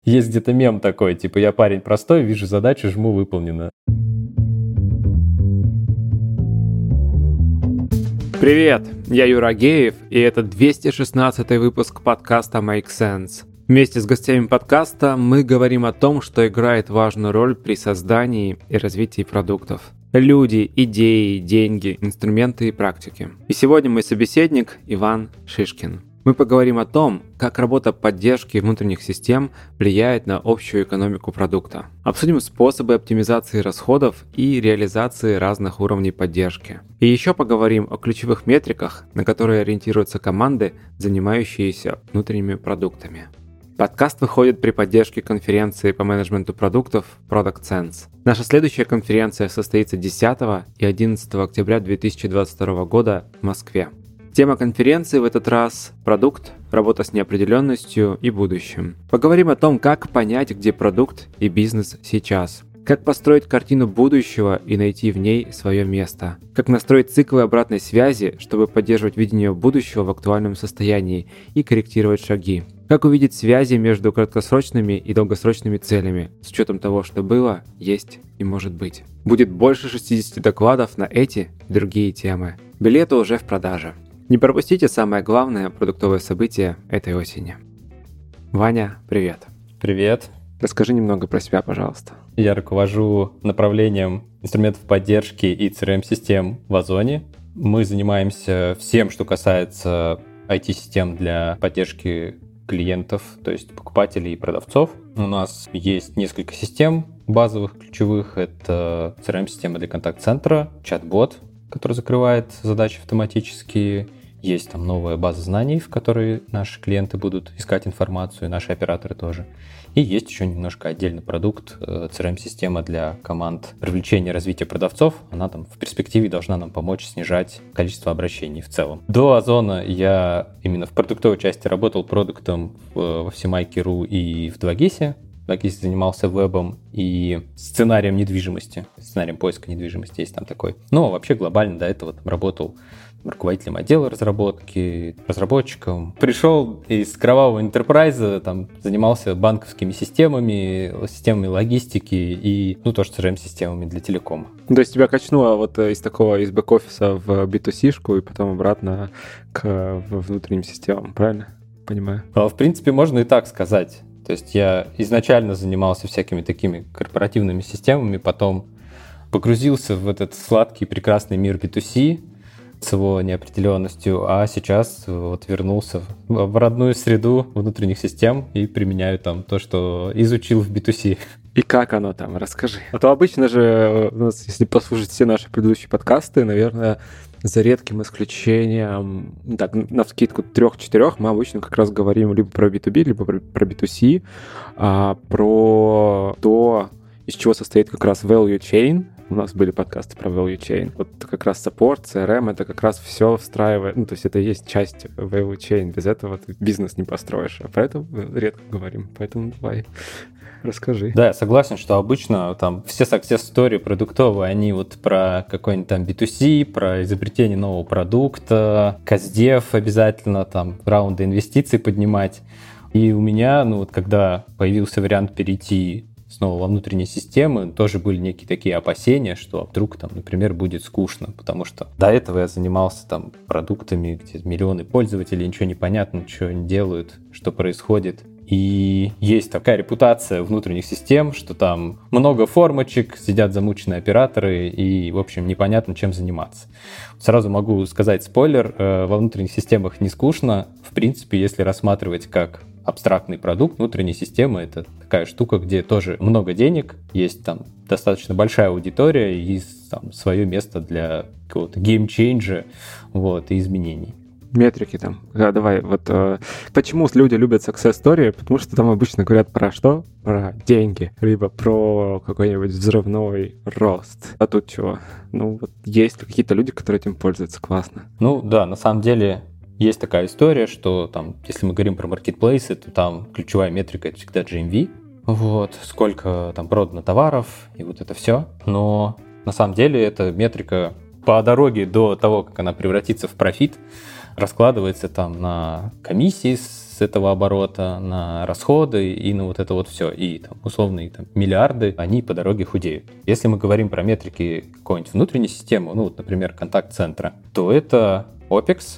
Есть где-то мем такой, типа я парень простой, вижу задачу, жму выполнено. Привет, я Юра Геев, и это 216-й выпуск подкаста Make Sense. Вместе с гостями подкаста мы говорим о том, что играет важную роль при создании и развитии продуктов. Люди, идеи, деньги, инструменты и практики. И сегодня мой собеседник Иван Шишкин. Мы поговорим о том, как работа поддержки внутренних систем влияет на общую экономику продукта. Обсудим способы оптимизации расходов и реализации разных уровней поддержки. И еще поговорим о ключевых метриках, на которые ориентируются команды, занимающиеся внутренними продуктами. Подкаст выходит при поддержке конференции по менеджменту продуктов Product Sense. Наша следующая конференция состоится 10 и 11 октября 2022 года в Москве. Тема конференции в этот раз – продукт, работа с неопределенностью и будущим. Поговорим о том, как понять, где продукт и бизнес сейчас. Как построить картину будущего и найти в ней свое место. Как настроить циклы обратной связи, чтобы поддерживать видение будущего в актуальном состоянии и корректировать шаги. Как увидеть связи между краткосрочными и долгосрочными целями, с учетом того, что было, есть и может быть. Будет больше 60 докладов на эти и другие темы. Билеты уже в продаже. Не пропустите самое главное продуктовое событие этой осени. Ваня, привет. Привет. Расскажи немного про себя, пожалуйста. Я руковожу направлением инструментов поддержки и CRM-систем в Озоне. Мы занимаемся всем, что касается IT-систем для поддержки клиентов, то есть покупателей и продавцов. У нас есть несколько систем базовых, ключевых. Это CRM-система для контакт-центра, чат-бот, который закрывает задачи автоматически. Есть там новая база знаний, в которой наши клиенты будут искать информацию, и наши операторы тоже. И есть еще немножко отдельный продукт, CRM-система для команд привлечения и развития продавцов. Она там в перспективе должна нам помочь снижать количество обращений в целом. До Озона я именно в продуктовой части работал продуктом во Всемайке.ру и в 2GIS. В 2GIS занимался вебом и сценарием недвижимости, сценарием поиска недвижимости есть там такой. Но вообще глобально до этого там работал руководителем отдела разработки, разработчиком. Пришел из кровавого энтерпрайза, там занимался банковскими системами логистики и, тоже CRM-системами для телекома. То есть тебя качнуло вот из бэк-офиса в B2C-шку и потом обратно к внутренним системам, правильно понимаю? В принципе, можно и так сказать. То есть я изначально занимался всякими такими корпоративными системами, потом погрузился в этот сладкий прекрасный мир B2C с его неопределенностью, а сейчас вот вернулся в родную среду внутренних систем и применяю там то, что изучил в B2C. И как оно там? Расскажи. А то обычно же, если послушать все наши предыдущие подкасты, наверное, за редким исключением, так, навскидку 3-4, мы обычно как раз говорим либо про B2B, либо про B2C, про то, из чего состоит как раз value chain. У нас были подкасты про value chain. Вот как раз support, CRM, это как раз все встраивает, то есть это и есть часть value chain. Без этого ты бизнес не построишь. А про это редко говорим. Поэтому давай, расскажи. Да, я согласен, что обычно там все success story продуктовые, они вот про какой-нибудь там B2C, про изобретение нового продукта, каздев обязательно, там раунды инвестиций поднимать. И у меня, когда появился вариант перейти снова во внутренние системы, тоже были некие такие опасения, что вдруг там, например, будет скучно, потому что до этого я занимался там продуктами, где миллионы пользователей, ничего не понятно, что они делают, что происходит. И есть такая репутация внутренних систем, что там много формочек, сидят замученные операторы и, в общем, непонятно, чем заниматься. Сразу могу сказать спойлер, во внутренних системах не скучно. В принципе, если рассматривать как абстрактный продукт, внутренней системы — это такая штука, где тоже много денег, есть там достаточно большая аудитория и там свое место для какого-то геймчейнджа и изменений. Метрики там. Давай, почему люди любят success story? Потому что там обычно говорят про что? Про деньги, либо про какой-нибудь взрывной рост. А тут чего? Есть какие-то люди, которые этим пользуются, классно. Да, на самом деле есть такая история, что там, если мы говорим про маркетплейсы, то там ключевая метрика — это всегда GMV. Сколько там продано товаров и это все. Но на самом деле эта метрика по дороге до того, как она превратится в профит, раскладывается там на комиссии с этого оборота, на расходы и на вот это вот все. И там, условные миллиарды, они по дороге худеют. Если мы говорим про метрики какой-нибудь внутренней системы, ну вот, например, контакт-центра, то это OPEX,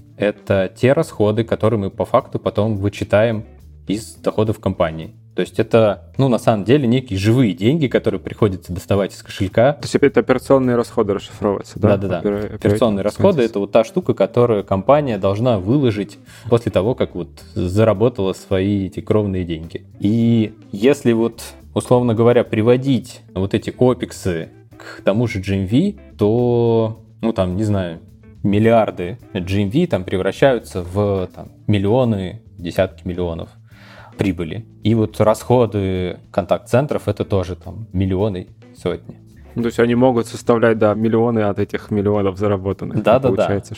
это те расходы, которые мы по факту потом вычитаем из доходов компании. То есть это, на самом деле, некие живые деньги, которые приходится доставать из кошелька. То есть это операционные расходы расшифровываются, да? Да. Операционные расходы — это вот та штука, которую компания должна выложить после того, как вот заработала свои эти кровные деньги. И если вот, условно говоря, приводить вот эти опексы к тому же GMV, то, не знаю, миллиарды GMV там превращаются в миллионы, десятки миллионов прибыли. И вот расходы контакт-центров — это тоже миллионы, сотни. То есть они могут составлять, миллионы от этих миллионов заработанных. Да. Получается,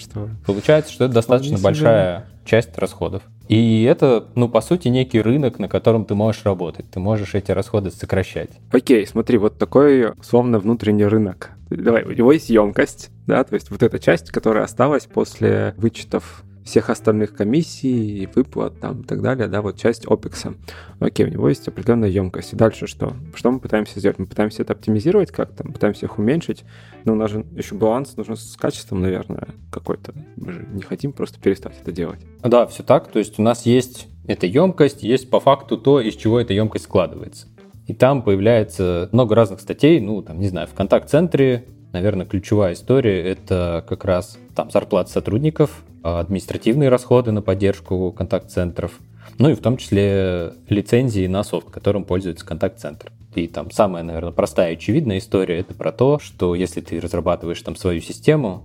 что это достаточно большая часть расходов. И это, по сути, некий рынок, на котором ты можешь работать. Ты можешь эти расходы сокращать. Окей, смотри, вот такой условно внутренний рынок. Давай, у него есть емкость, да, то есть вот эта часть, которая осталась после вычетов всех остальных комиссий, выплат и так далее, да, вот часть OPEX. Окей, у него есть определенная емкость. И дальше что? Что мы пытаемся сделать? Мы пытаемся это оптимизировать как-то, мы пытаемся их уменьшить, но у нас же еще баланс нужен с качеством, наверное, какой-то. Мы же не хотим просто перестать это делать. Да, все так. То есть у нас есть эта емкость, есть по факту то, из чего эта емкость складывается. И там появляется много разных статей, в контакт-центре, наверное, ключевая история — это как раз зарплата сотрудников, административные расходы на поддержку контакт-центров, и в том числе лицензии на софт, которым пользуется контакт-центр. И самая, наверное, простая и очевидная история — это про то, что если ты разрабатываешь свою систему,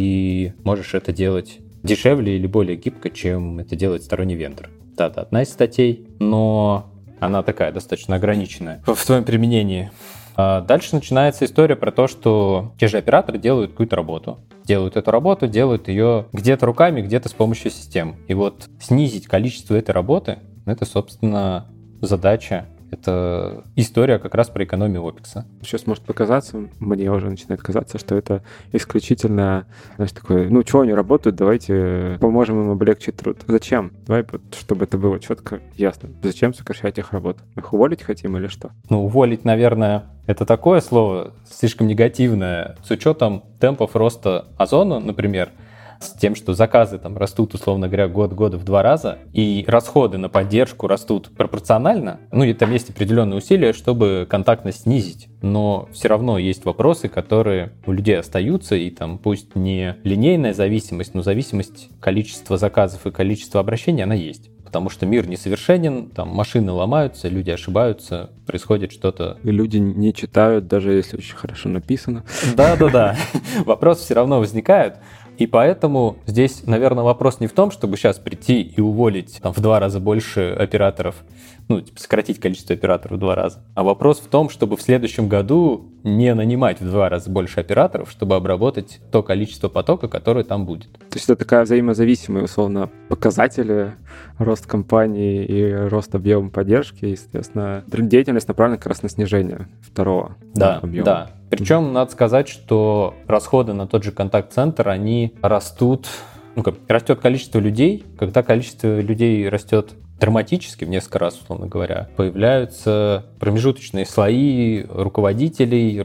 ты можешь это делать дешевле или более гибко, чем это делает сторонний вендор. Да, это одна из статей, но она такая достаточно ограниченная в своем применении. Дальше начинается история про то, что те же операторы делают какую-то работу. Делают эту работу, делают ее где-то руками, где-то с помощью систем. И вот снизить количество этой работы — это, собственно, задача. Это история как раз про экономию OPEX. Сейчас может показаться, мне уже начинает казаться, что это исключительно, такое, чего они работают, давайте поможем им облегчить труд. Зачем? Давай, чтобы это было четко ясно. Зачем сокращать их работу? Их уволить хотим или что? Уволить, наверное, это такое слово слишком негативное. С учетом темпов роста Озона, например, с тем, что заказы растут, условно говоря, год года в 2 раза, и расходы на поддержку растут пропорционально, и там есть определенные усилия, чтобы контактность снизить. Но все равно есть вопросы, которые у людей остаются, и пусть не линейная зависимость, но зависимость количества заказов и количества обращений, она есть. Потому что мир несовершенен, машины ломаются, люди ошибаются, происходит что-то. И люди не читают, даже если очень хорошо написано. Да. Вопросы все равно возникают. И поэтому здесь, наверное, вопрос не в том, чтобы сейчас прийти и уволить в 2 раза больше операторов, сократить количество операторов в 2 раза, а вопрос в том, чтобы в следующем году не нанимать в 2 раза больше операторов, чтобы обработать то количество потока, которое там будет. То есть это такая взаимозависимая, условно, показатели, рост компании и рост объема поддержки, и, соответственно, деятельность направлена как раз на снижение второго объема. Да. Причем надо сказать, что расходы на тот же контакт-центр, они растут, растет количество людей. Когда количество людей растет драматически, в несколько раз, условно говоря, появляются промежуточные слои руководителей.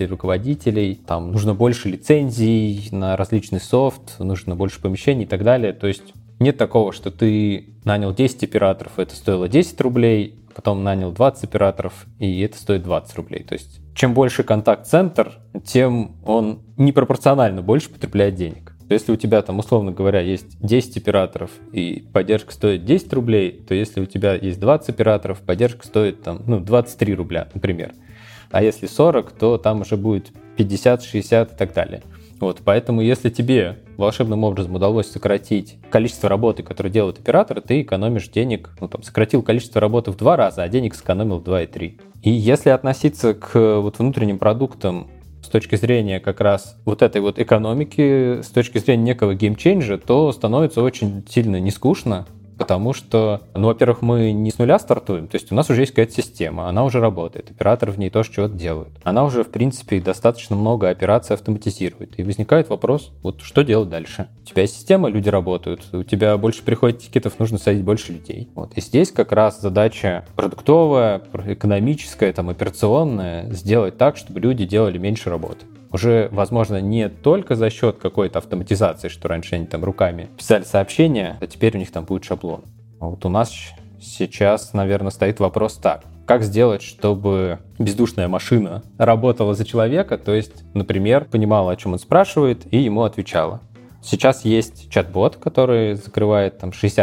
Там нужно больше лицензий на различный софт, нужно больше помещений и так далее. То есть нет такого, что ты нанял 10 операторов, это стоило 10 рублей, потом нанял 20 операторов, и это стоит 20 рублей. То есть чем больше контакт-центр, тем он непропорционально больше потребляет денег. Если у тебя условно говоря, есть 10 операторов и поддержка стоит 10 рублей, то если у тебя есть 20 операторов, поддержка стоит 23 рубля, например. А если 40, то там уже будет 50, 60 и так далее. Поэтому если тебе волшебным образом удалось сократить количество работы, которое делают операторы, ты экономишь денег, сократил количество работы в 2 раза, а денег сэкономил в 2,3. И если относиться к внутренним продуктам с точки зрения как раз этой экономики, с точки зрения некого геймчейнджа, то становится очень сильно нескучно, Потому что, во-первых, мы не с нуля стартуем, то есть у нас уже есть какая-то система, она уже работает, операторы в ней тоже чего-то делают. Она уже, в принципе, достаточно много операций автоматизирует. И возникает вопрос, вот что делать дальше? У тебя есть система, люди работают, у тебя больше приходит тикетов, нужно садить больше людей. Вот. И здесь как раз задача продуктовая, экономическая, операционная, сделать так, чтобы люди делали меньше работы. Уже, возможно, не только за счет какой-то автоматизации, что раньше они руками писали сообщения, а теперь у них будет шаблон. А вот у нас сейчас, наверное, стоит вопрос так. Как сделать, чтобы бездушная машина работала за человека, то есть, например, понимала, о чем он спрашивает, и ему отвечала. Сейчас есть чат-бот, который закрывает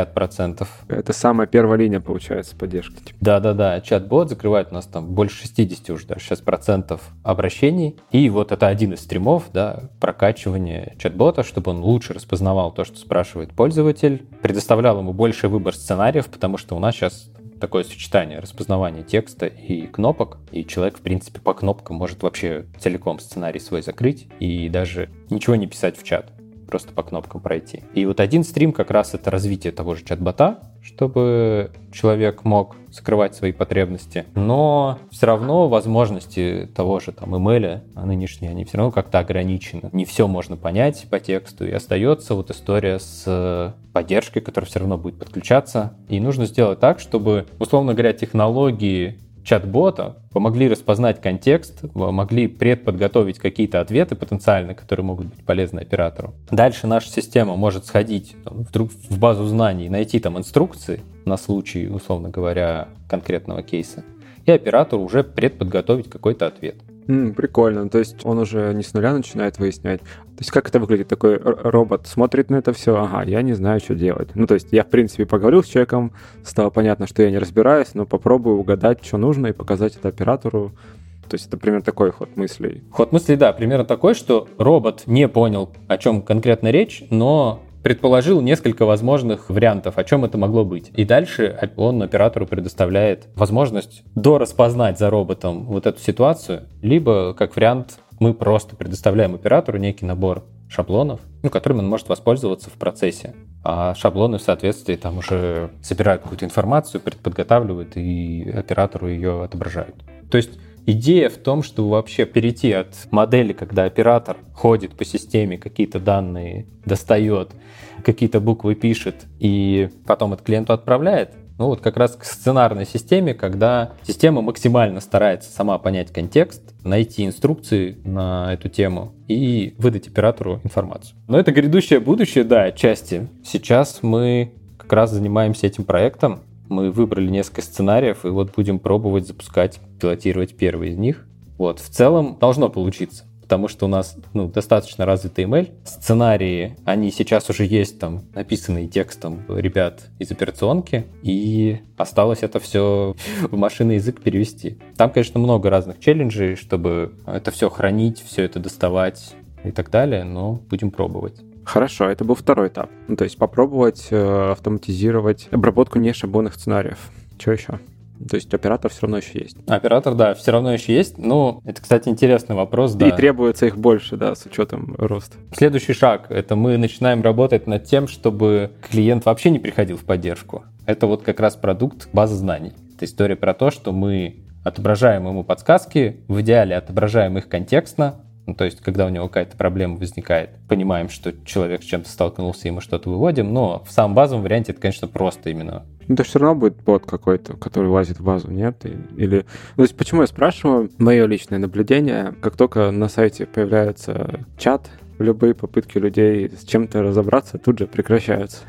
60%. Это самая первая линия, получается, поддержки. Да. Чат-бот закрывает у нас больше 60 уже даже сейчас процентов обращений. И вот это один из стримов, прокачивания чат-бота, чтобы он лучше распознавал то, что спрашивает пользователь, предоставлял ему больший выбор сценариев, потому что у нас сейчас такое сочетание распознавания текста и кнопок, и человек, в принципе, по кнопкам может вообще целиком сценарий свой закрыть и даже ничего не писать в чат. Просто по кнопкам пройти. И вот один стрим как раз это развитие того же чат-бота, чтобы человек мог закрывать свои потребности. Но все равно возможности того же имейля нынешние, они все равно как-то ограничены. Не все можно понять по тексту. И остается вот история с поддержкой, которая все равно будет подключаться. И нужно сделать так, чтобы, условно говоря, технологии чат-бота помогли распознать контекст, могли предподготовить какие-то ответы потенциально, которые могут быть полезны оператору. Дальше наша система может сходить вдруг в базу знаний, найти инструкции на случай, условно говоря, конкретного кейса, и оператору уже предподготовить какой-то ответ. Прикольно. То есть он уже не с нуля начинает выяснять. То есть как это выглядит? Такой робот смотрит на это все, я не знаю, что делать. То есть я, в принципе, поговорил с человеком, стало понятно, что я не разбираюсь, но попробую угадать, что нужно, и показать это оператору. То есть это примерно такой ход мыслей. Ход мыслей, да, примерно такой, что робот не понял, о чем конкретно речь, но предположил несколько возможных вариантов, о чем это могло быть. И дальше он оператору предоставляет возможность дораспознать за роботом вот эту ситуацию, либо, как вариант, мы просто предоставляем оператору некий набор шаблонов, которым он может воспользоваться в процессе. А шаблоны в соответствии уже собирают какую-то информацию, предподготавливают и оператору ее отображают. То есть идея в том, чтобы вообще перейти от модели, когда оператор ходит по системе, какие-то данные достает, какие-то буквы пишет и потом это клиенту отправляет, как раз к сценарной системе, когда система максимально старается сама понять контекст, найти инструкции на эту тему и выдать оператору информацию. Но это грядущее будущее, отчасти. Сейчас мы как раз занимаемся этим проектом. Мы выбрали несколько сценариев и будем пробовать запускать, пилотировать первый из них. В целом должно получиться, потому что у нас достаточно развитый email. Сценарии, они сейчас уже есть написанные текстом ребят из операционки, и осталось это все в машинный язык перевести. Там, конечно, много разных челленджей, чтобы это все хранить, все это доставать и так далее, но будем пробовать. Хорошо, это был второй этап. То есть попробовать автоматизировать обработку нешаблонных сценариев. Что еще? То есть оператор все равно еще есть. Оператор, да, все равно еще есть. Но это, кстати, интересный вопрос. И требуется их больше, с учетом роста. Следующий шаг — это мы начинаем работать над тем, чтобы клиент вообще не приходил в поддержку. Это как раз продукт базы знаний. Это история про то, что мы отображаем ему подсказки, в идеале отображаем их контекстно. То есть, когда у него какая-то проблема возникает, понимаем, что человек с чем-то столкнулся, и мы что-то выводим, но в самом базовом варианте это, конечно, просто именно. Это все равно будет бот какой-то, который лазит в базу, нет? Или... То есть, почему я спрашиваю? Мое личное наблюдение, как только на сайте появляется чат, любые попытки людей с чем-то разобраться тут же прекращаются.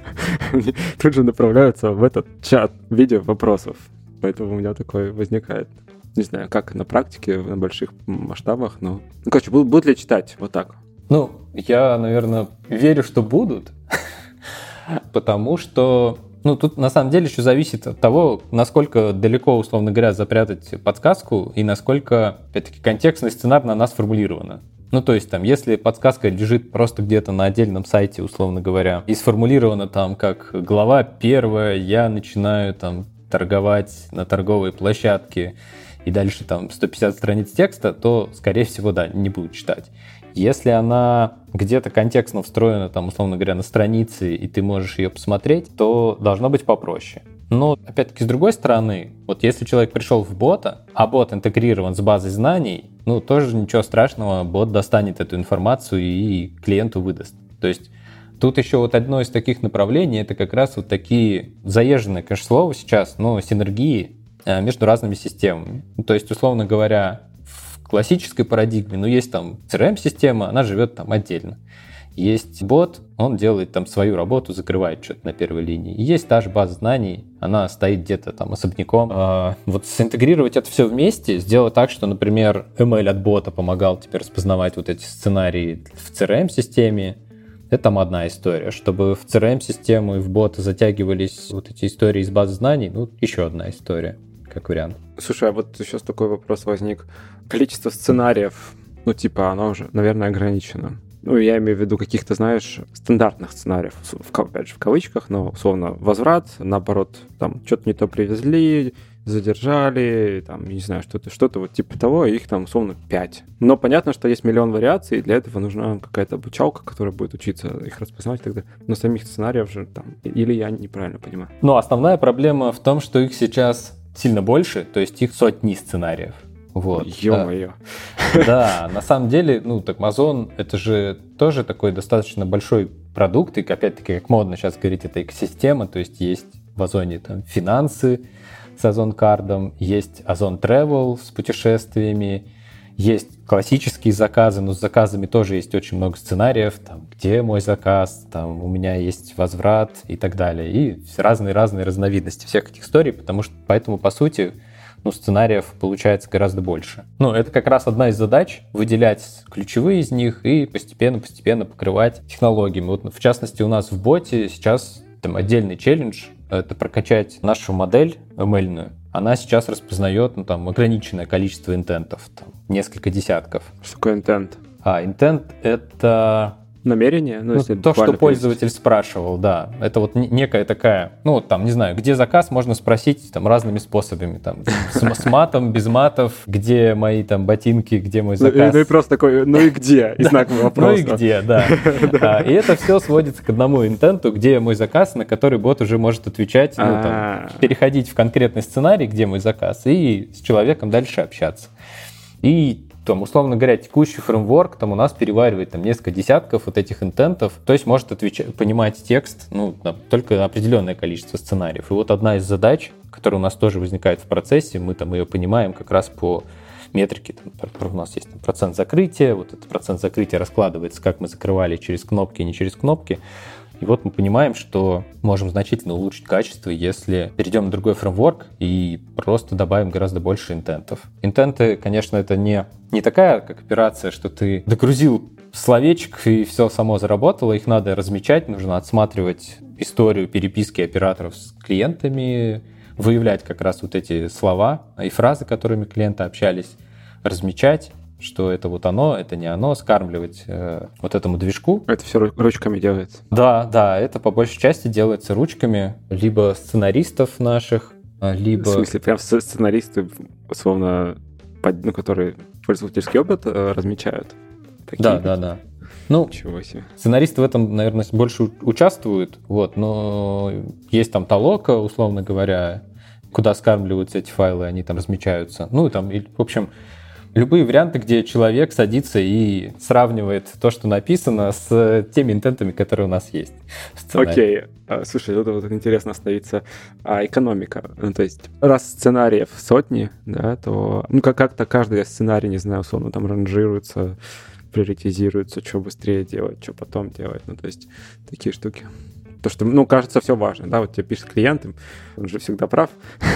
Тут же направляются в этот чат в виде вопросов. Поэтому у меня такое возникает. Не знаю, как на практике, на больших масштабах, но... будут ли читать вот так? Я, наверное, верю, что будут, потому что... тут на самом деле еще зависит от того, насколько далеко, условно говоря, запрятать подсказку и насколько, опять-таки, контекстный сценарий на нас сформулировано. То есть, если подсказка лежит просто где-то на отдельном сайте, условно говоря, и сформулирована как глава 1, я начинаю торговать на торговой площадке, и дальше 150 страниц текста, то, скорее всего, не будут читать. Если она где-то контекстно встроена, там, условно говоря, на странице, и ты можешь ее посмотреть, то должно быть попроще. Но, опять-таки, с другой стороны, вот если человек пришел в бота, а бот интегрирован с базой знаний, ну, тоже ничего страшного, бот достанет эту информацию и клиенту выдаст. То есть тут еще вот одно из таких направлений, это как раз вот такие заезженные, конечно, слово сейчас, но синергии между разными системами. То есть, условно говоря, в классической парадигме, ну, есть там CRM-система, она живет там отдельно. Есть бот, он делает там свою работу, закрывает что-то на первой линии. И есть та же база знаний, она стоит где-то там особняком. Вот синтегрировать это все вместе, сделать так, что, например, ML от бота помогал теперь распознавать вот эти сценарии в CRM-системе, это там одна история. Чтобы в CRM-систему и в бота затягивались вот эти истории из базы знаний, ну, еще одна история, как вариант. Слушай, а вот сейчас такой вопрос возник. Количество сценариев, ну, типа, оно уже, наверное, ограничено. Ну, я имею в виду каких-то, знаешь, стандартных сценариев, опять же, в кавычках, но, условно, возврат, наоборот, там, что-то не то привезли, задержали, там, не знаю, что-то вот типа того, и их там, условно, 5. Но понятно, что есть миллион вариаций, и для этого нужна какая-то обучалка, которая будет учиться их распознавать и так далее. Но самих сценариев же там, или я неправильно понимаю? Ну, основная проблема в том, что их сейчас сильно больше, то есть их сотни сценариев. Вот. Ё-моё. Да, на самом деле, ну, так Amazon — это же тоже такой достаточно большой продукт, и, опять-таки, как модно сейчас говорить, это экосистема, то есть в Озоне там финансы с Озон кардом, есть Озон Travel с путешествиями, есть классические заказы, но с заказами тоже есть очень много сценариев, там, где мой заказ, там, у меня есть возврат и так далее, и разные-разные разновидности всех этих историй, поэтому, по сути, ну, сценариев получается гораздо больше. Ну, это как раз одна из задач — выделять ключевые из них и постепенно покрывать технологиями. Вот, в частности, у нас в боте сейчас там отдельный челлендж — это прокачать нашу модель ML-ную. Она сейчас распознает, ну, там, ограниченное количество интентов, там, несколько десятков. Что такое интент? Интент — это... намерение? Ну, то, что пользователь спрашивал, да. Это вот некая такая, ну, там, не знаю, где заказ, можно спросить там разными способами. Там, с матом, без матов, где мои там ботинки, где мой заказ. Ну и просто такой, ну и где? И знак вопроса. Ну и где, да. И это все сводится к одному интенту, где мой заказ, на который бот уже может отвечать, ну, там, переходить в конкретный сценарий, где мой заказ, и с человеком дальше общаться. И там, условно говоря, текущий фреймворк там у нас переваривает там несколько десятков вот этих интентов, то есть может понимать текст, ну, там, только определенное количество сценариев. И вот одна из задач, которая у нас тоже возникает в процессе, мы там ее понимаем как раз по метрике, там, у нас есть там процент закрытия, вот этот процент закрытия раскладывается, как мы закрывали через кнопки и не через кнопки. И вот мы понимаем, что можем значительно улучшить качество, если перейдем на другой фреймворк и просто добавим гораздо больше интентов. Интенты, конечно, это не такая, как операция, что ты догрузил словечек и все само заработало. Их надо размечать, нужно отсматривать историю переписки операторов с клиентами, выявлять как раз вот эти слова и фразы, которыми клиенты общались, размечать, что это вот оно, это не оно, скармливать вот этому движку. Это все ручками делается? Да, это по большей части делается ручками, либо сценаристов наших, либо... В смысле, прям сценаристы, условно, ну, которые пользовательский опыт размечают? Такие? Да. Ну, ничего себе. Сценаристы в этом, наверное, больше участвуют, вот, но есть там толока, условно говоря, куда скармливаются эти файлы, они там размечаются. Ну, там, в общем... Любые варианты, где человек садится и сравнивает то, что написано, с теми интентами, которые у нас есть. Окей. Слушай, тут вот интересно остановиться. Экономика. Ну, то есть, раз сценариев сотни, да, то ну, как-то каждый сценарий, не знаю, условно, там ранжируется, приоритизируется, что быстрее делать, что потом делать. Ну, то есть, такие штуки. То, что, ну, кажется, все важно, да, вот тебе пишет клиент, он же всегда прав.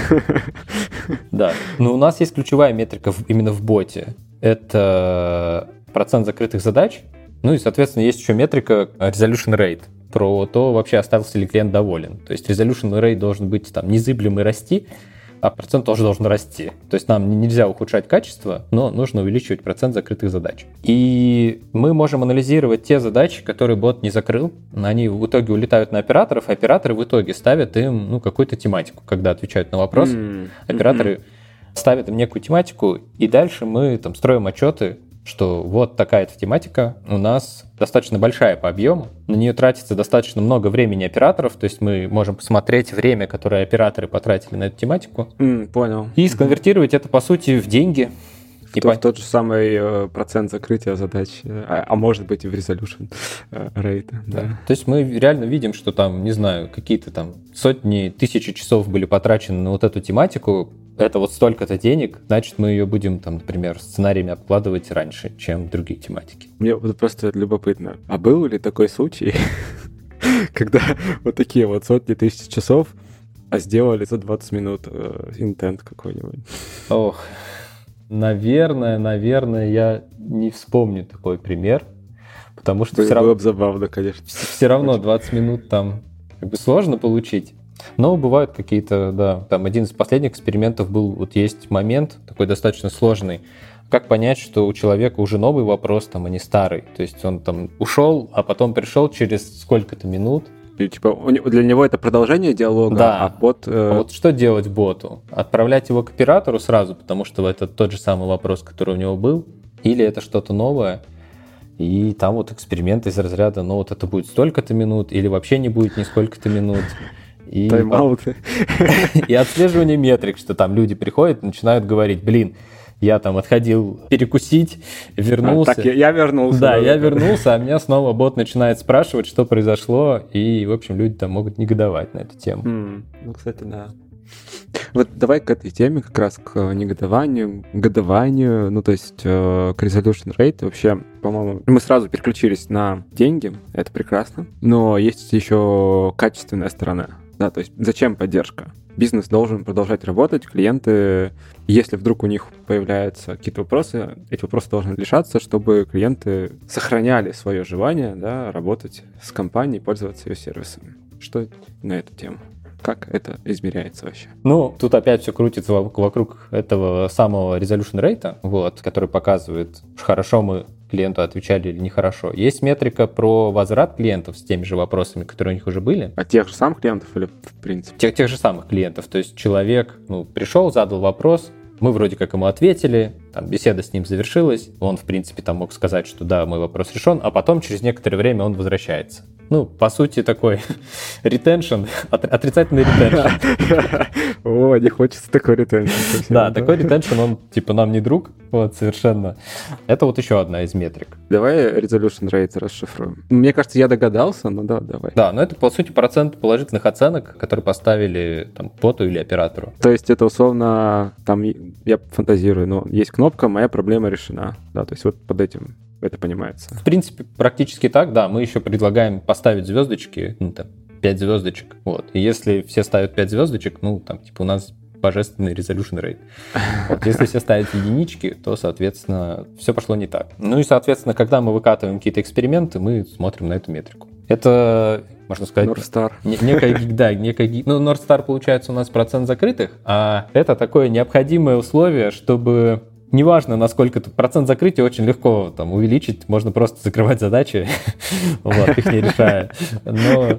Да, но у нас есть ключевая метрика именно в боте. Это процент закрытых задач, ну и, соответственно, есть еще метрика resolution rate, про то, вообще остался ли клиент доволен. То есть resolution rate должен быть там незыблемый, расти, а процент тоже должен расти. То есть нам нельзя ухудшать качество, но нужно увеличивать процент закрытых задач. И мы можем анализировать те задачи, которые бот не закрыл. Они в итоге улетают на операторов, а операторы в итоге ставят им какую-то тематику, когда отвечают на вопрос. Операторы ставят им некую тематику, и дальше мы там строим отчеты что вот такая-то тематика у нас достаточно большая по объему, на нее тратится достаточно много времени операторов, то есть мы можем посмотреть время, которое операторы потратили на эту тематику, понял. И сконвертировать это, по сути, в деньги. В тот же самый процент закрытия задач, а может быть и в resolution rate. Да. То есть мы реально видим, что там, не знаю, какие-то там сотни, тысячи часов были потрачены на вот эту тематику, это вот столько-то денег, значит, мы ее будем, там, например, сценариями обкладывать раньше, чем другие тематики. Мне вот просто любопытно, а был ли такой случай, когда вот такие вот сотни тысяч часов, а сделали за 20 минут интент какой-нибудь? Ох, наверное, я не вспомню такой пример, потому что было бы забавно, конечно. Все равно 20 минут там как бы сложно получить. Но бывают какие-то, да, там один из последних экспериментов был, вот есть момент такой достаточно сложный, как понять, что у человека уже новый вопрос, там, а не старый. То есть он там ушел, а потом пришел через сколько-то минут. И, типа, для него это продолжение диалога, да. А бот... А вот что делать боту? Отправлять его к оператору сразу, потому что это тот же самый вопрос, который у него был, или это что-то новое? И там вот эксперименты из разряда, ну вот это будет столько-то минут, или вообще не будет ни сколько-то минут. И тайм-ауты. И отслеживание метрик, что там люди приходят и начинают говорить, блин, я там отходил перекусить, вернулся. Так, я вернулся. Да, я вернулся, а меня снова бот начинает спрашивать, что произошло, и, в общем, люди там могут негодовать на эту тему. Ну, кстати, да. Вот давай к этой теме, как раз к негодованию, годованию, ну, то есть к resolution rate. Вообще, по-моему, мы сразу переключились на деньги, это прекрасно, но есть еще качественная сторона. Да, то есть зачем поддержка? Бизнес должен продолжать работать, клиенты, если вдруг у них появляются какие-то вопросы, эти вопросы должны решаться, чтобы клиенты сохраняли свое желание, да, работать с компанией, пользоваться ее сервисами. Что на эту тему? Как это измеряется вообще? Ну, тут опять все крутится вокруг этого самого resolution rate, вот, который показывает, хорошо мы клиенту отвечали или нехорошо. Есть метрика про возврат клиентов с теми же вопросами, которые у них уже были. А тех же самых клиентов или в принципе? Тех же самых клиентов. То есть человек пришел, задал вопрос, мы вроде как ему ответили, там беседа с ним завершилась, он, в принципе, там мог сказать, что да, мой вопрос решен, а потом через некоторое время он возвращается. Ну, по сути, такой ретеншн, отрицательный ретеншн. О, не хочется такой ретеншн. Да, такой ретеншн, он типа нам не друг, вот, совершенно. Это вот еще одна из метрик. Давай resolution rate расшифруем. Мне кажется, я догадался, но да, давай. Да, но это, по сути, процент положительных оценок, которые поставили там боту или оператору. То есть это условно, там, я фантазирую, но есть кнопка «Моя проблема решена». Да, то есть вот под этим это понимается. В принципе, практически так, да. Мы еще предлагаем поставить звездочки, там, 5 звездочек. Вот. И если все ставят 5 звездочек, там, типа, у нас божественный resolution rate. Вот. Если все ставят единички, то, соответственно, все пошло не так. Ну и, соответственно, когда мы выкатываем какие-то эксперименты, мы смотрим на эту метрику. Это, можно сказать... North Star. некая... Ну, North Star, получается, у нас процент закрытых, а это такое необходимое условие, чтобы... Неважно, насколько это процент закрытия, очень легко там увеличить, можно просто закрывать задачи, вот, их не решая. Но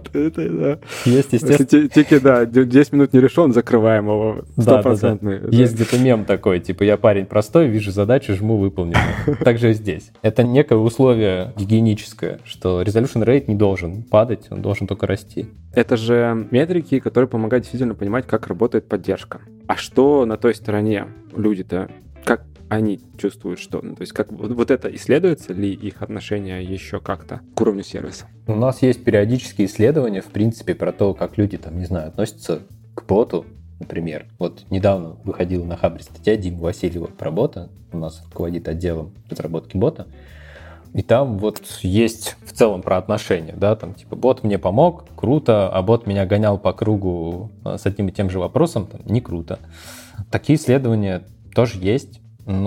есть, естественно... Тики, да, 10 минут не решен, закрываем его 100%. Да. Есть где-то мем такой, типа, я парень простой, вижу задачу, жму, выполнено. Так же и здесь. Это некое условие гигиеническое, что resolution rate не должен падать, он должен только расти. Это же метрики, которые помогают действительно понимать, как работает поддержка. А что на той стороне люди-то, как они чувствуют, что? Ну, то есть как вот это исследуется ли их отношение еще как-то к уровню сервиса? У нас есть периодические исследования, в принципе, про то, как люди, там, не знаю, относятся к боту, например. Вот недавно выходила на Хабре статья Димы Васильева про бота, у нас руководит отделом разработки бота, и там вот есть в целом про отношения, да, там типа бот мне помог, круто, а бот меня гонял по кругу с одним и тем же вопросом, там, не круто. Такие исследования тоже есть.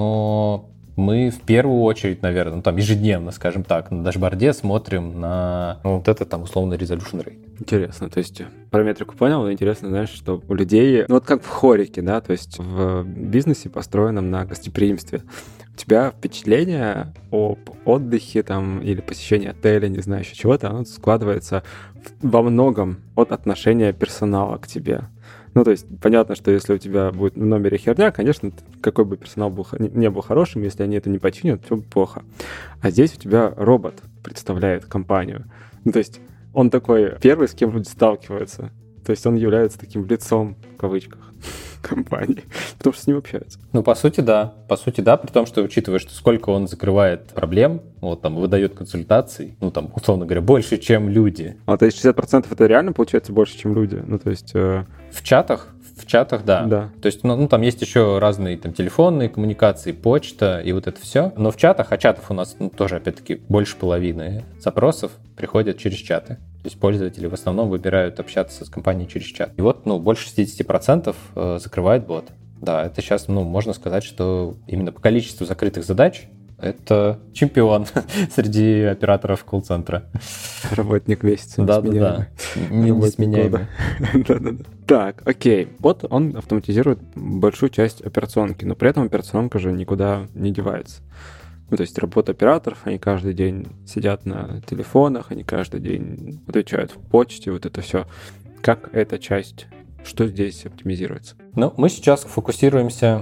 Но мы в первую очередь, наверное, там ежедневно, скажем так, на дашборде смотрим на вот это там условно resolution rate. Интересно, то есть про метрику понял, но интересно, знаешь, что у людей, ну вот как в хорике, да, то есть в бизнесе, построенном на гостеприимстве, у тебя впечатление об отдыхе там или посещении отеля, не знаю, еще чего-то, оно складывается во многом от отношения персонала к тебе. Ну, то есть, понятно, что если у тебя будет в номере херня, конечно, какой бы персонал не был хорошим, если они это не починят, то плохо. А здесь у тебя робот представляет компанию. Ну, то есть, он такой первый, с кем люди сталкиваются. То есть, он является таким лицом, в кавычках, компании, потому что с ним общаются. Ну, по сути, да. По сути, да, при том, что, учитывая, что сколько он закрывает проблем, вот там выдает консультаций, ну, там, условно говоря, больше, чем люди. А то есть 60% это реально получается больше, чем люди? Ну, то есть... В чатах, да. Да. То есть, ну, там есть еще разные там телефонные коммуникации, почта и вот это все. Но в чатах, а чатов у нас тоже, опять-таки, больше половины запросов приходят через чаты. То есть пользователи в основном выбирают общаться с компанией через чат. И вот, ну, больше 60% закрывает бот. Да, это сейчас, ну, можно сказать, что именно по количеству закрытых задач это чемпион среди операторов колл-центра. Работник месяца. Да. Несменяемый. Да. Так, окей. Вот он автоматизирует большую часть операционки, но при этом операционка же никуда не девается. Ну, то есть работа операторов, они каждый день сидят на телефонах, они каждый день отвечают в почте, вот это все. Как эта часть, что здесь оптимизируется? Ну, мы сейчас фокусируемся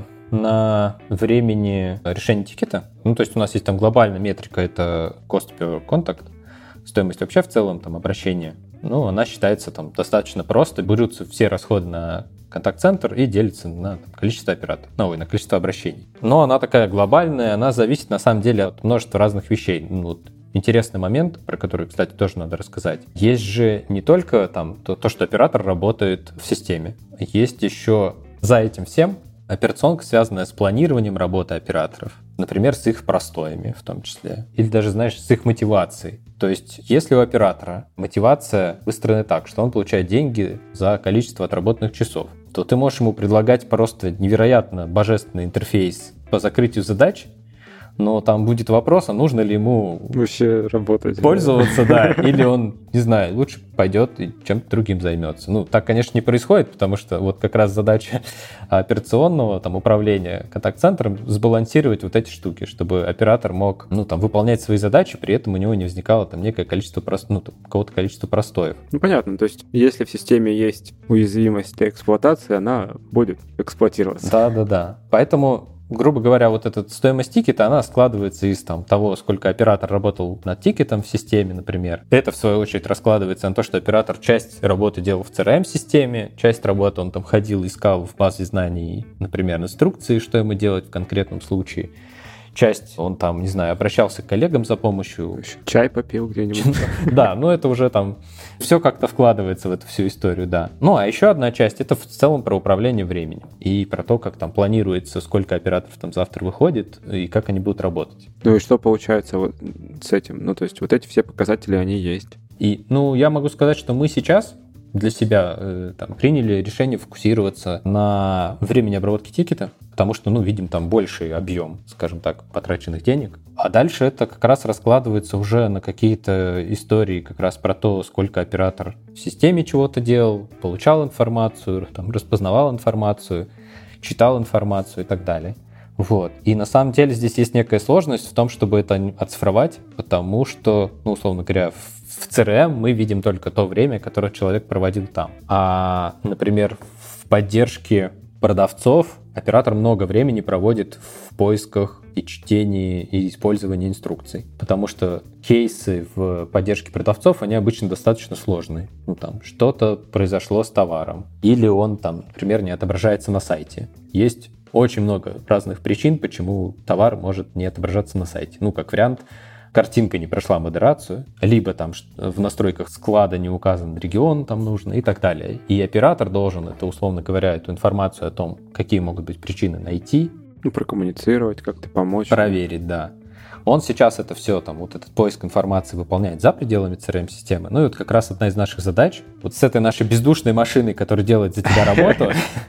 на времени решения тикета. Ну, то есть у нас есть там глобальная метрика, это cost per contact, стоимость вообще в целом там обращения. Ну, она считается там достаточно просто, берутся все расходы на контакт-центр и делится на количество операторов, на количество обращений. Но она такая глобальная, она зависит на самом деле от множества разных вещей. Ну, вот интересный момент, про который, кстати, тоже надо рассказать. Есть же не только там то, что оператор работает в системе, есть еще за этим всем операционка, связанная с планированием работы операторов. Например, с их простоями в том числе. Или даже, знаешь, с их мотивацией. То есть, если у оператора мотивация выстроена так, что он получает деньги за количество отработанных часов, то ты можешь ему предлагать просто невероятно божественный интерфейс по закрытию задач, но там будет вопрос, а нужно ли ему вообще работать, пользоваться, да, или он, не знаю, лучше пойдет и чем-то другим займется. Ну, так, конечно, не происходит, потому что вот как раз задача операционного там управления контакт-центром сбалансировать вот эти штуки, чтобы оператор мог, ну, там, выполнять свои задачи, при этом у него не возникало там некое количество какого-то количества простоев. Ну, понятно, то есть если в системе есть уязвимость для эксплуатации, она будет эксплуатироваться. Да. Поэтому, грубо говоря, вот эта стоимость тикета, она складывается из того, сколько оператор работал над тикетом в системе, например. Это, в свою очередь, раскладывается на то, что оператор часть работы делал в CRM-системе, часть работы он там ходил, искал в базе знаний, например, инструкции, что ему делать в конкретном случае. Часть он там, не знаю, обращался к коллегам за помощью. Чай попил где-нибудь. Да, но это уже там все как-то вкладывается в эту всю историю, да. Ну, а еще одна часть — это в целом про управление временем и про то, как там планируется, сколько операторов там завтра выходит и как они будут работать. Ну и что получается вот с этим? Ну, то есть вот эти все показатели, они есть. И, ну, я могу сказать, что мы сейчас для себя приняли решение фокусироваться на времени обработки тикета, потому что, видим там больший объем, скажем так, потраченных денег. А дальше это как раз раскладывается уже на какие-то истории как раз про то, сколько оператор в системе чего-то делал, получал информацию, там, распознавал информацию, читал информацию и так далее. Вот. И на самом деле здесь есть некая сложность в том, чтобы это оцифровать, потому что, условно говоря, в CRM мы видим только то время, которое человек проводил там. А, например, в поддержке продавцов оператор много времени проводит в поисках и чтении, и использовании инструкций. Потому что кейсы в поддержке продавцов, они обычно достаточно сложные. Там что-то произошло с товаром. Или он там, например, не отображается на сайте. Есть очень много разных причин, почему товар может не отображаться на сайте. Как вариант, картинка не прошла модерацию, либо там в настройках склада не указан регион там нужно и так далее. И оператор должен условно говоря, эту информацию о том, какие могут быть причины, найти. Прокоммуницировать, как-то помочь. Проверить, да. Он сейчас это все, этот поиск информации выполняет за пределами CRM-системы. И вот как раз одна из наших задач, вот с этой нашей бездушной машиной, которая делает за тебя работу,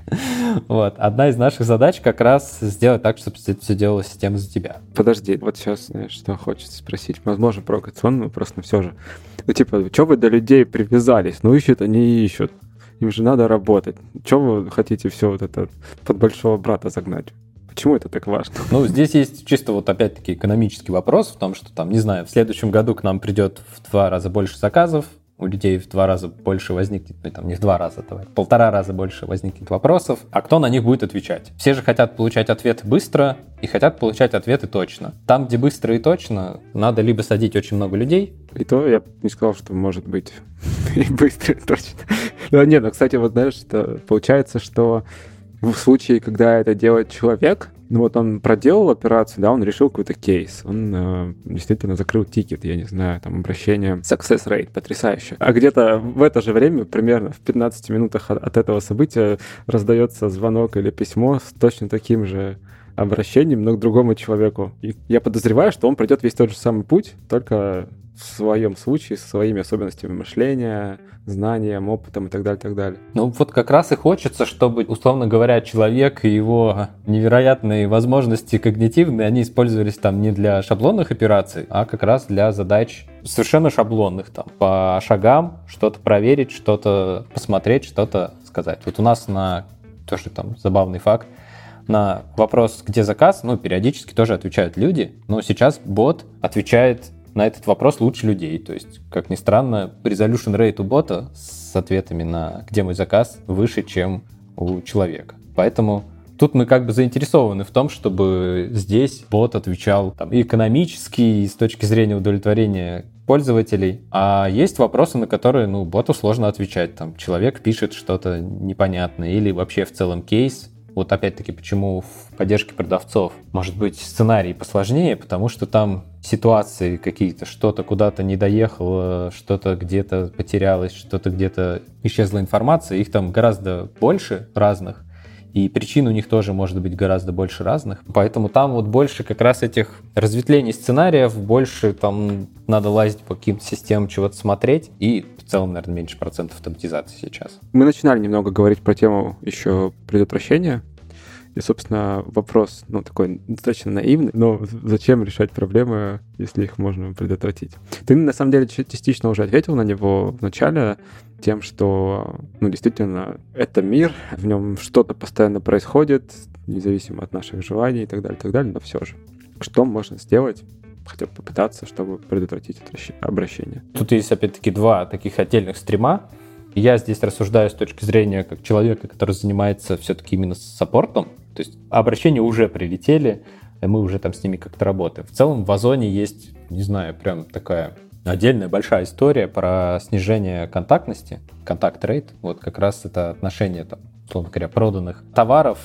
одна из наших задач как раз сделать так, чтобы это все делала система за тебя. Подожди, вот сейчас, что хочется спросить. Возможно, провокационный вопрос, но все же. Что вы до людей привязались? Ищут они ищут. Им же надо работать. Что вы хотите все вот это под большого брата загнать? Почему это так важно? Здесь есть чисто опять-таки экономический вопрос в том, что в следующем году к нам придет в 2 раза больше заказов, у людей в 2 раза больше возникнет, ну, там не в 2 раза, давай, 1,5 раза больше возникнет вопросов, а кто на них будет отвечать? Все же хотят получать ответы быстро и хотят получать ответы точно. Там, где быстро и точно, надо либо садить очень много людей. И то я не сказал, что может быть и быстро, и точно. Но нет, ну, кстати, вот знаешь, что получается, что в случае, когда это делает человек, ну вот он проделал операцию, да, он решил какой-то кейс, он действительно закрыл тикет, я не знаю, там обращение, success rate, потрясающе. А где-то в это же время, примерно в 15 минутах от этого события, раздается звонок или письмо с точно таким же обращением, но к другому человеку. И я подозреваю, что он пройдет весь тот же самый путь, только в своем случае со своими особенностями мышления, знанием, опытом и так далее, и так далее. Ну вот как раз и хочется, чтобы, условно говоря, человек и его невероятные возможности когнитивные, они использовались там не для шаблонных операций, а как раз для задач совершенно шаблонных, там, по шагам, что-то проверить, что-то посмотреть, что-то сказать. Вот у нас тоже там забавный факт, на вопрос, где заказ, периодически тоже отвечают люди, но сейчас бот отвечает на этот вопрос лучше людей. То есть, как ни странно, resolution rate у бота с ответами на «где мой заказ» выше, чем у человека. Поэтому тут мы как бы заинтересованы в том, чтобы здесь бот отвечал там, и экономически, и с точки зрения удовлетворения пользователей. А есть вопросы, на которые боту сложно отвечать. Там, человек пишет что-то непонятное или вообще в целом кейс. Вот опять-таки, почему в поддержке продавцов может быть сценарий посложнее, потому что там ситуации какие-то, что-то куда-то не доехало, что-то где-то потерялось, что-то где-то исчезла информация, их там гораздо больше разных, и причин у них тоже может быть гораздо больше разных. Поэтому там вот больше как раз этих разветвлений сценариев, больше там надо лазить по каким-то системам, чего-то смотреть, и в целом, наверное, меньше процентов автоматизации сейчас. Мы начинали немного говорить про тему еще предотвращения. И, собственно, вопрос, такой достаточно наивный, но зачем решать проблемы, если их можно предотвратить? Ты, на самом деле, частично уже ответил на него в начале тем, что, действительно, это мир, в нем что-то постоянно происходит, независимо от наших желаний и так далее, но все же. Что можно сделать, хотя бы попытаться, чтобы предотвратить обращение? Тут есть, опять-таки, 2 таких отдельных стрима. Я здесь рассуждаю с точки зрения как человека, который занимается все-таки именно саппортом. То есть обращения уже прилетели, и мы уже там с ними как-то работаем. В целом в Озоне есть, не знаю, прям такая отдельная большая история про снижение контактности, контакт-рейт. Вот как раз это отношение, там, условно говоря, проданных товаров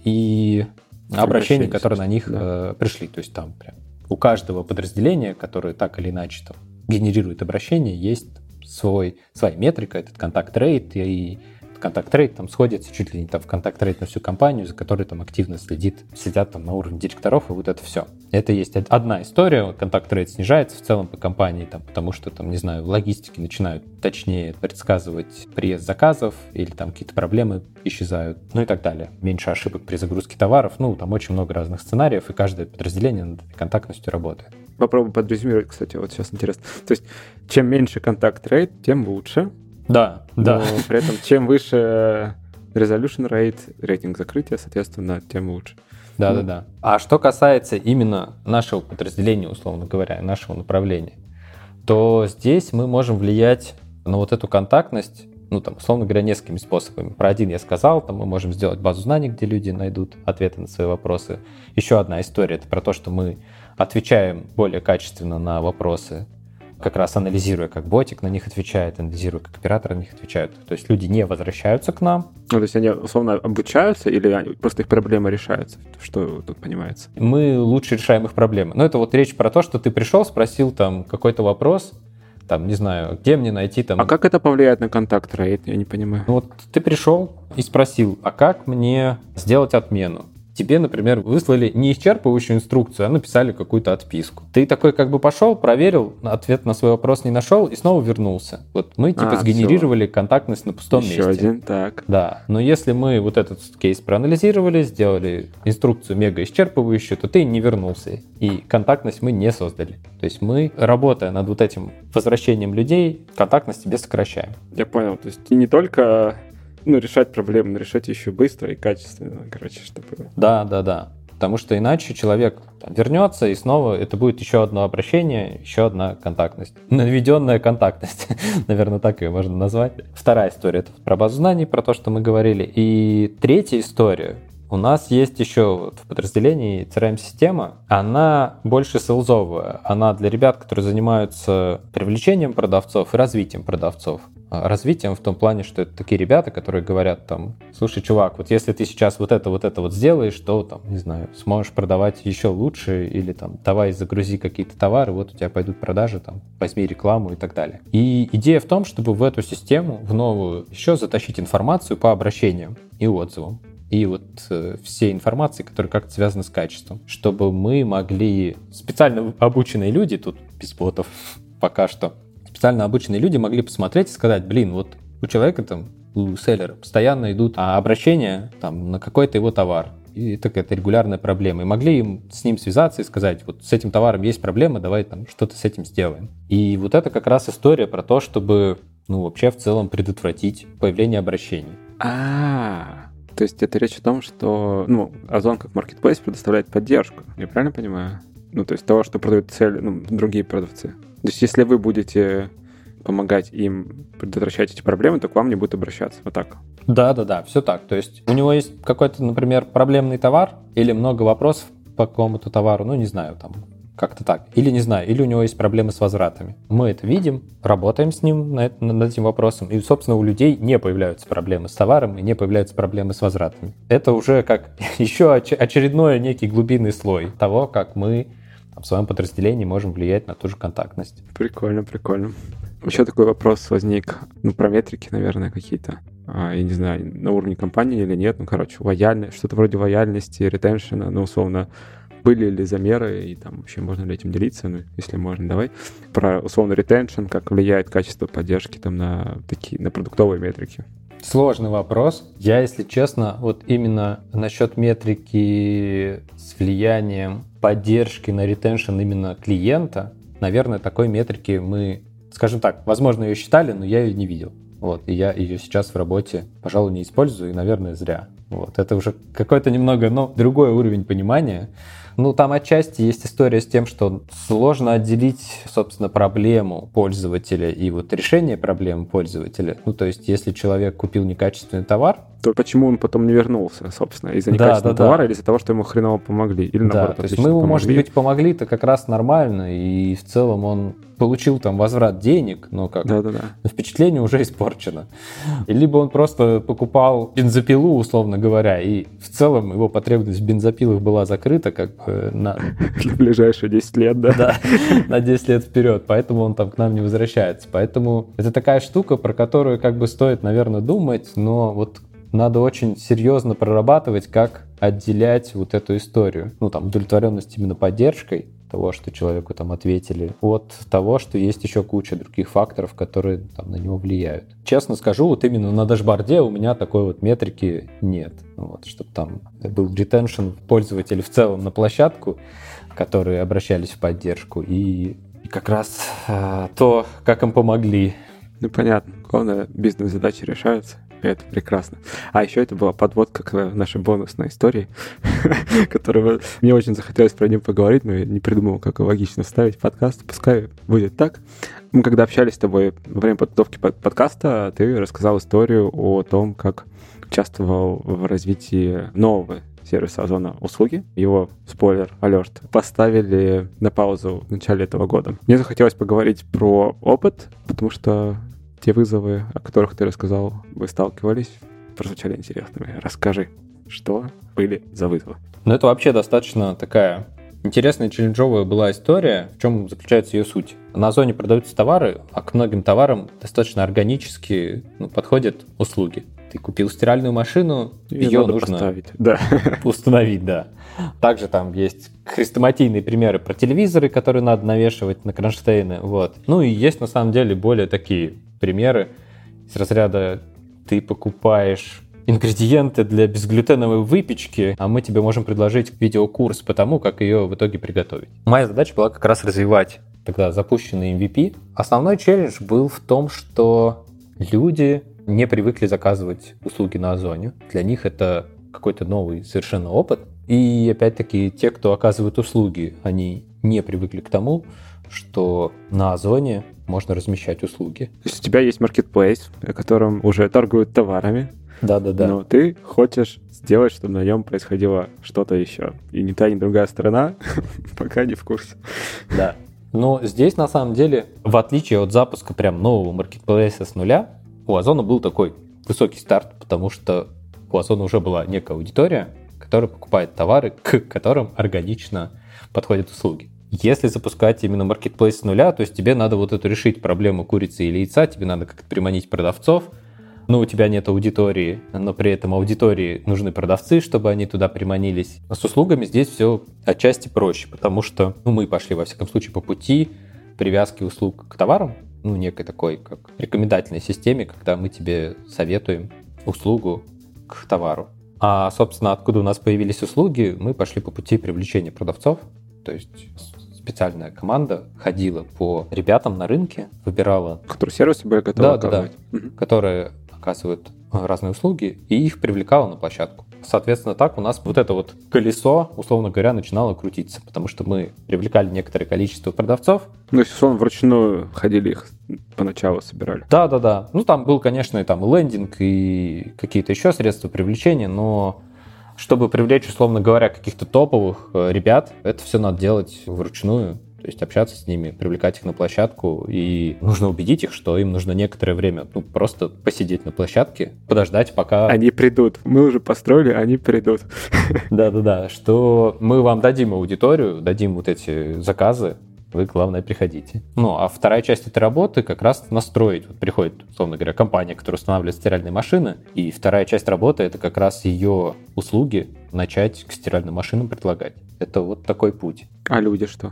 и обращений, которые на них пришли. То есть там прям у каждого подразделения, которое так или иначе там генерирует обращение, есть своя метрика, этот контакт-рейт, и контакт-рейт там сходится чуть ли не там в контакт-рейт на всю компанию, за которой там активно сидят там на уровне директоров, и вот это все. Это есть одна история, контакт-рейт снижается в целом по компании, там, потому что, там, не знаю, логистики начинают точнее предсказывать приезд заказов, или там какие-то проблемы исчезают, и так далее. Меньше ошибок при загрузке товаров, там очень много разных сценариев, и каждое подразделение над этой контактностью работает. Попробуй подрезюмировать, кстати, вот сейчас интересно. То есть, чем меньше контакт-рейт, тем лучше. Да. Но при этом, чем выше resolution rate, рейтинг закрытия, соответственно, тем лучше. Да. А что касается именно нашего подразделения, условно говоря, нашего направления, то здесь мы можем влиять на вот эту контактность, условно говоря, несколькими способами. Про один я сказал, там мы можем сделать базу знаний, где люди найдут ответы на свои вопросы. Еще одна история, это про то, что мы отвечаем более качественно на вопросы, как раз анализируя, как ботик на них отвечает, анализируя, как операторы на них отвечают. То есть люди не возвращаются к нам. То есть они условно обучаются или просто их проблемы решаются? Что тут понимается? Мы лучше решаем их проблемы. Это вот речь про то, что ты пришел, спросил там какой-то вопрос, там, не знаю, где мне найти там... А как это повлияет на контакт-рейт? Я не понимаю. Ты пришел и спросил, а как мне сделать отмену? Тебе, например, выслали не исчерпывающую инструкцию, а написали какую-то отписку. Ты такой пошел, проверил, ответ на свой вопрос не нашел и снова вернулся. Вот мы сгенерировали контактность на пустом месте. Еще один, так. Да, но если мы вот этот кейс проанализировали, сделали инструкцию мега исчерпывающую, то ты не вернулся. И контактность мы не создали. То есть мы, работая над вот этим возвращением людей, контактность себе сокращаем. Я понял. То есть и не только... решать проблемы, но решать еще быстро и качественно, чтобы... Да. потому что иначе человек вернется, и снова это будет еще одно обращение, еще одна контактность. Наведенная контактность, наверное, так ее можно назвать. Вторая история — это про базу знаний, про то, что мы говорили. И третья история. У нас есть еще в подразделении CRM-система, она больше селзовая. Она для ребят, которые занимаются привлечением продавцов и развитием продавцов. Развитием в том плане, что это такие ребята, которые говорят там: слушай, чувак, вот если ты сейчас вот это сделаешь, то там, не знаю, сможешь продавать еще лучше, или там давай загрузи какие-то товары, вот у тебя пойдут продажи, там, возьми рекламу и так далее. И идея в том, чтобы в эту систему, в новую, еще затащить информацию по обращениям и отзывам. И вот все информации, которые как-то связаны с качеством, чтобы мы могли, специально обученные люди, тут без ботов пока что, специально обученные люди могли посмотреть и сказать: блин, вот у человека там, у селлера постоянно идут обращения там на какой-то его товар. И это какая-то регулярная проблема. И могли им с ним связаться и сказать: вот с этим товаром есть проблема, давай там что-то с этим сделаем. И вот это как раз история про то, чтобы, вообще в целом предотвратить появление обращений. То есть это речь о том, что, Озон как маркетплейс предоставляет поддержку, я правильно понимаю? То есть того, что продают другие продавцы. То есть если вы будете помогать им предотвращать эти проблемы, то к вам не будут обращаться. Вот так. Да, все так. То есть у него есть какой-то, например, проблемный товар или много вопросов по какому-то товару, не знаю, там, как-то так. Или не знаю, или у него есть проблемы с возвратами. Мы это видим, работаем с ним над этим вопросом, и, собственно, у людей не появляются проблемы с товаром и не появляются проблемы с возвратами. Это уже как еще очередной некий глубинный слой того, как мы в своем подразделении можем влиять на ту же контактность. Прикольно. Еще такой вопрос возник, про метрики, наверное, какие-то. Я не знаю, на уровне компании или нет, лояльность, что-то вроде лояльности, ретеншена, условно, были ли замеры, и там вообще можно ли этим делиться, если можно, давай. Про, условно, ретеншн, как влияет качество поддержки там на продуктовые метрики. Сложный вопрос. Я, если честно, вот именно насчет метрики с влиянием поддержки на ретеншн именно клиента, наверное, такой метрики мы, скажем так, возможно, ее считали, но я ее не видел. И я ее сейчас в работе, пожалуй, не использую, и, наверное, зря. Это уже какой-то немного, другой уровень понимания. Там отчасти есть история с тем, что сложно отделить, собственно, проблему пользователя и решение проблемы пользователя. То есть, если человек купил некачественный товар, то почему он потом не вернулся, собственно, из-за некачественного товара или из-за того, что ему хреново помогли? Или наоборот, то есть мы ему, может быть, помогли-то как раз нормально, и в целом он получил там возврат денег, но впечатление уже испорчено. Либо он просто покупал бензопилу, условно говоря, и в целом его потребность в бензопилах была закрыта на ближайшие 10 лет, да? Да, на 10 лет вперед, поэтому он там к нам не возвращается. Поэтому это такая штука, про которую стоит, наверное, думать, но надо очень серьезно прорабатывать, как отделять эту историю. Удовлетворенность именно поддержкой того, что человеку там ответили, от того, что есть еще куча других факторов, которые там на него влияют. Честно скажу, именно на дашборде у меня такой метрики нет. Чтобы там был ретеншн пользователей в целом на площадку, которые обращались в поддержку, и как раз то, как им помогли. Понятно. Главное, бизнес-задачи решаются. Это прекрасно. А еще это была подводка к нашей бонусной истории, которую мне очень захотелось про нее поговорить, но я не придумал, как логично вставить в подкаст. Пускай будет так. Мы когда общались с тобой во время подготовки подкаста, ты рассказал историю о том, как участвовал в развитии нового сервиса Озона услуги. Его, спойлер, алерт, поставили на паузу в начале этого года. Мне захотелось поговорить про опыт, потому что те вызовы, о которых ты рассказал, вы сталкивались, прозвучали интересными. Расскажи, что были за вызовы? Это вообще достаточно такая интересная, челленджовая была история. В чем заключается ее суть? На Озоне продаются товары, а к многим товарам достаточно органически подходят услуги. Ты купил стиральную машину, ее нужно поставить. Да. Установить, да. Также там есть хрестоматийные примеры про телевизоры, которые надо навешивать на кронштейны. И есть на самом деле более такие примеры из разряда: ты покупаешь ингредиенты для безглютеновой выпечки, а мы тебе можем предложить видеокурс по тому, как ее в итоге приготовить. Моя задача была как раз развивать тогда запущенный MVP. Основной челлендж был в том, что люди не привыкли заказывать услуги на Озоне. Для них это какой-то новый совершенно опыт. И опять-таки те, кто оказывает услуги, они не привыкли к тому, что на Озоне можно размещать услуги. То есть у тебя есть маркетплейс, в котором уже торгуют товарами. Да-да-да. Но ты хочешь сделать, чтобы на нем происходило что-то еще. И ни та, ни другая сторона пока не в курсе. Да. Но здесь, на самом деле, в отличие от запуска прям нового маркетплейса с нуля, у Озона был такой высокий старт, потому что у Озона уже была некая аудитория, которая покупает товары, к которым органично подходят услуги. Если запускать именно маркетплейс с нуля, то есть тебе надо вот эту решить проблему курицы или яйца, тебе надо как-то приманить продавцов, но у тебя нет аудитории, но при этом аудитории нужны продавцы, чтобы они туда приманились. А с услугами здесь все отчасти проще, потому что мы пошли, во всяком случае, по пути привязки услуг к товарам, некой такой, как рекомендательной системе, когда мы тебе советуем услугу к товару. А, собственно, откуда у нас появились услуги, мы пошли по пути привлечения продавцов, то есть специальная команда ходила по ребятам на рынке, выбирала... Которые сервисы были готовы оказывать. Да, которые оказывают разные услуги, и их привлекала на площадку. Соответственно, так у нас вот это вот колесо, условно говоря, начинало крутиться, потому что мы привлекали некоторое количество продавцов. То есть, условно, вручную ходили их поначалу собирали. Да. Там был, конечно, и там лендинг, и какие-то еще средства привлечения, но чтобы привлечь, условно говоря, каких-то топовых ребят, это все надо делать вручную. То есть общаться с ними, привлекать их на площадку, и нужно убедить их, что им нужно некоторое время просто посидеть на площадке, подождать, пока... Они придут. Мы уже построили, они придут. Да, что мы вам дадим аудиторию, дадим вот эти заказы, вы, главное, приходите. А вторая часть этой работы как раз настроить. Вот приходит, условно говоря, компания, которая устанавливает стиральные машины, и вторая часть работы — это как раз ее услуги начать к стиральным машинам предлагать. Это вот такой путь. А люди что?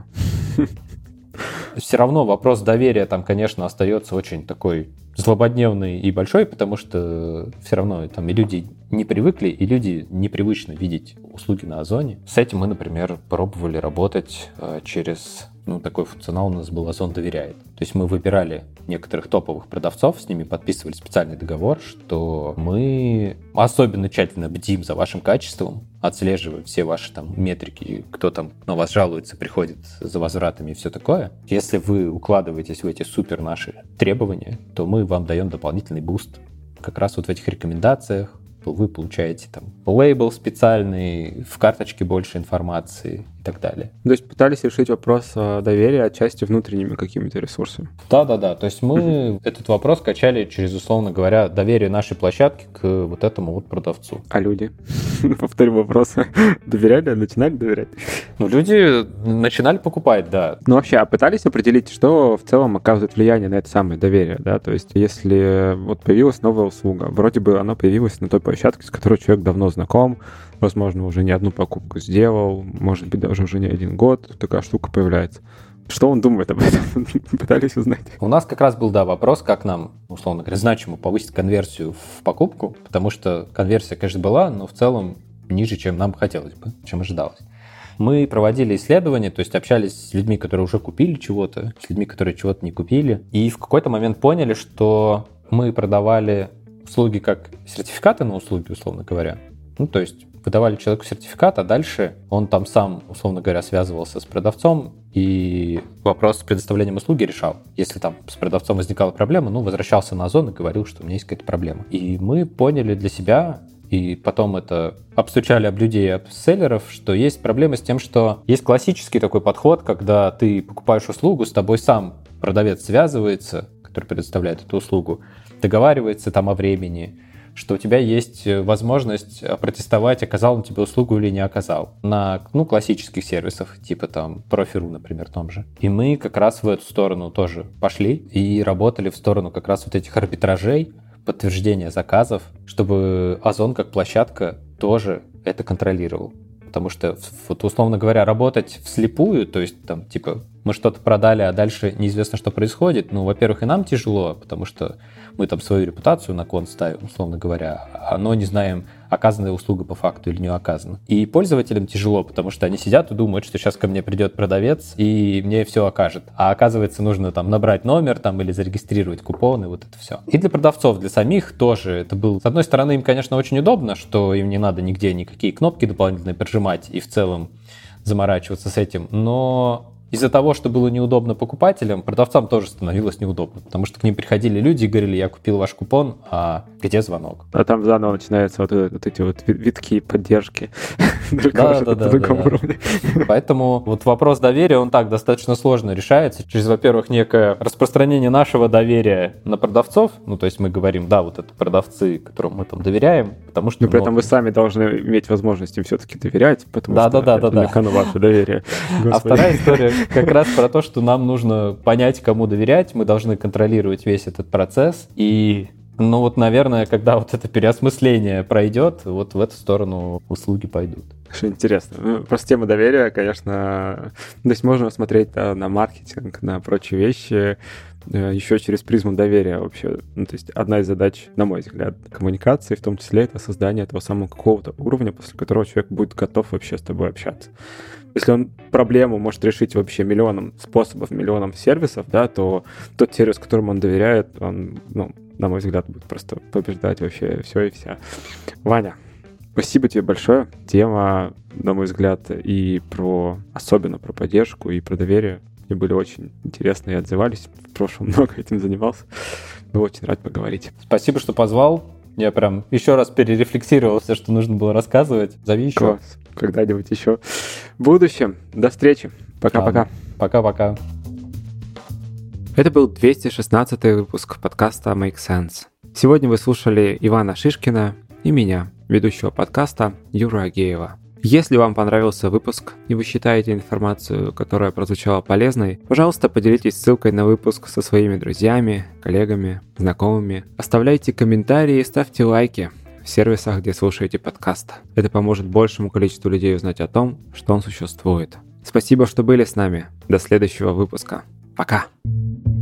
Все равно вопрос доверия там, конечно, остается очень такой злободневный и большой, потому что все равно там и люди не привыкли, и люди непривычно видеть услуги на Озоне. С этим мы, например, пробовали работать через... такой функционал у нас был «Озон доверяет». То есть мы выбирали некоторых топовых продавцов, с ними подписывали специальный договор, что мы особенно тщательно бдим за вашим качеством, отслеживаем все ваши там метрики, кто там на вас жалуется, приходит за возвратами и все такое. Если вы укладываетесь в эти супер наши требования, то мы вам даем дополнительный буст как раз вот в этих рекомендациях. Вы получаете там лейбл специальный, в карточке больше информации и так далее. То есть пытались решить вопрос доверия отчасти внутренними какими-то ресурсами? Да. То есть мы этот вопрос качали через, условно говоря, доверие нашей площадки к вот этому вот продавцу. А люди? Повторю вопрос. Доверяли, начинали доверять? Люди начинали покупать, да. Вообще, а пытались определить, что в целом оказывает влияние на это самое доверие, да? То есть если вот появилась новая услуга, вроде бы она появилась на той площадке, с которой человек давно знаком, возможно, уже не одну покупку сделал, может быть, даже уже не один год такая штука появляется. Что он думает об этом? Пытались узнать. У нас как раз был, вопрос, как нам, условно говоря, значимо повысить конверсию в покупку, потому что конверсия, конечно, была, но в целом ниже, чем нам хотелось бы, чем ожидалось. Мы проводили исследования, то есть общались с людьми, которые уже купили чего-то, с людьми, которые чего-то не купили, и в какой-то момент поняли, что мы продавали услуги как сертификаты на услуги, условно говоря. То есть выдавали человеку сертификат, а дальше он там сам, условно говоря, связывался с продавцом и вопрос с предоставлением услуги решал. Если там с продавцом возникала проблема, возвращался на Озон и говорил, что у меня есть какая-то проблема. И мы поняли для себя, и потом это обстучали об людей, об селлеров, что есть проблема с тем, что есть классический такой подход, когда ты покупаешь услугу, с тобой сам продавец связывается, который предоставляет эту услугу, договаривается там о времени, что у тебя есть возможность протестовать, оказал он тебе услугу или не оказал. На классических сервисах, типа там Профи.ру, например, том же. И мы как раз в эту сторону тоже пошли и работали в сторону как раз вот этих арбитражей, подтверждения заказов, чтобы Озон как площадка тоже это контролировал. Потому что, вот, условно говоря, работать вслепую, то есть там типа мы что-то продали, а дальше неизвестно, что происходит, во-первых, и нам тяжело, потому что мы там свою репутацию на кон ставим, условно говоря, но не знаем, оказанная услуга по факту или не оказана. И пользователям тяжело, потому что они сидят и думают, что сейчас ко мне придет продавец и мне все окажет. А оказывается, нужно там набрать номер там, или зарегистрировать купоны, вот это все. И для продавцов, для самих тоже это был... С одной стороны, им, конечно, очень удобно, что им не надо нигде никакие кнопки дополнительные прижимать и в целом заморачиваться с этим, но... Из-за того, что было неудобно покупателям, продавцам тоже становилось неудобно, потому что к ним приходили люди и говорили: я купил ваш купон, а где звонок? А там заново начинаются вот эти вот витки поддержки. Да. Поэтому вот вопрос доверия, он так достаточно сложно решается через, во-первых, некое распространение нашего доверия на продавцов, ну, то есть мы говорим, да, вот это продавцы, которым мы там доверяем, потому что... Но при этом вы сами должны иметь возможность им все-таки доверять, потому что это на кону ваше доверие. А вторая история как раз про то, что нам нужно понять, кому доверять, мы должны контролировать весь этот процесс, и, ну вот, наверное, когда вот это переосмысление пройдет, вот в эту сторону услуги пойдут. Что интересно. Просто тема доверия, конечно, то есть можно смотреть на маркетинг, на прочие вещи еще через призму доверия вообще. Ну, то есть одна из задач, на мой взгляд, коммуникации, в том числе, это создание этого самого какого-то уровня, после которого человек будет готов вообще с тобой общаться. Если он проблему может решить вообще миллионом способов, миллионом сервисов, да, то тот сервис, которому он доверяет, он, ну, на мой взгляд, будет просто побеждать вообще все и вся. Ваня, спасибо тебе большое. Тема, на мой взгляд, и особенно про поддержку, и про доверие мне были очень интересны и отзывались. В прошлом много этим занимался. Был очень рад поговорить. Спасибо, что позвал. Я прям еще раз перерефлексировал все, что нужно было рассказывать. Зови еще. Класс. Когда-нибудь еще. В будущем. До встречи. Пока-пока. Пока-пока. Это был 216-й выпуск подкаста Make Sense. Сегодня вы слушали Ивана Шишкина и меня, ведущего подкаста Юру Агеева. Если вам понравился выпуск и вы считаете информацию, которая прозвучала полезной, пожалуйста, поделитесь ссылкой на выпуск со своими друзьями, коллегами, знакомыми. Оставляйте комментарии и ставьте лайки в сервисах, где слушаете подкаст. Это поможет большему количеству людей узнать о том, что он существует. Спасибо, что были с нами. До следующего выпуска. Пока!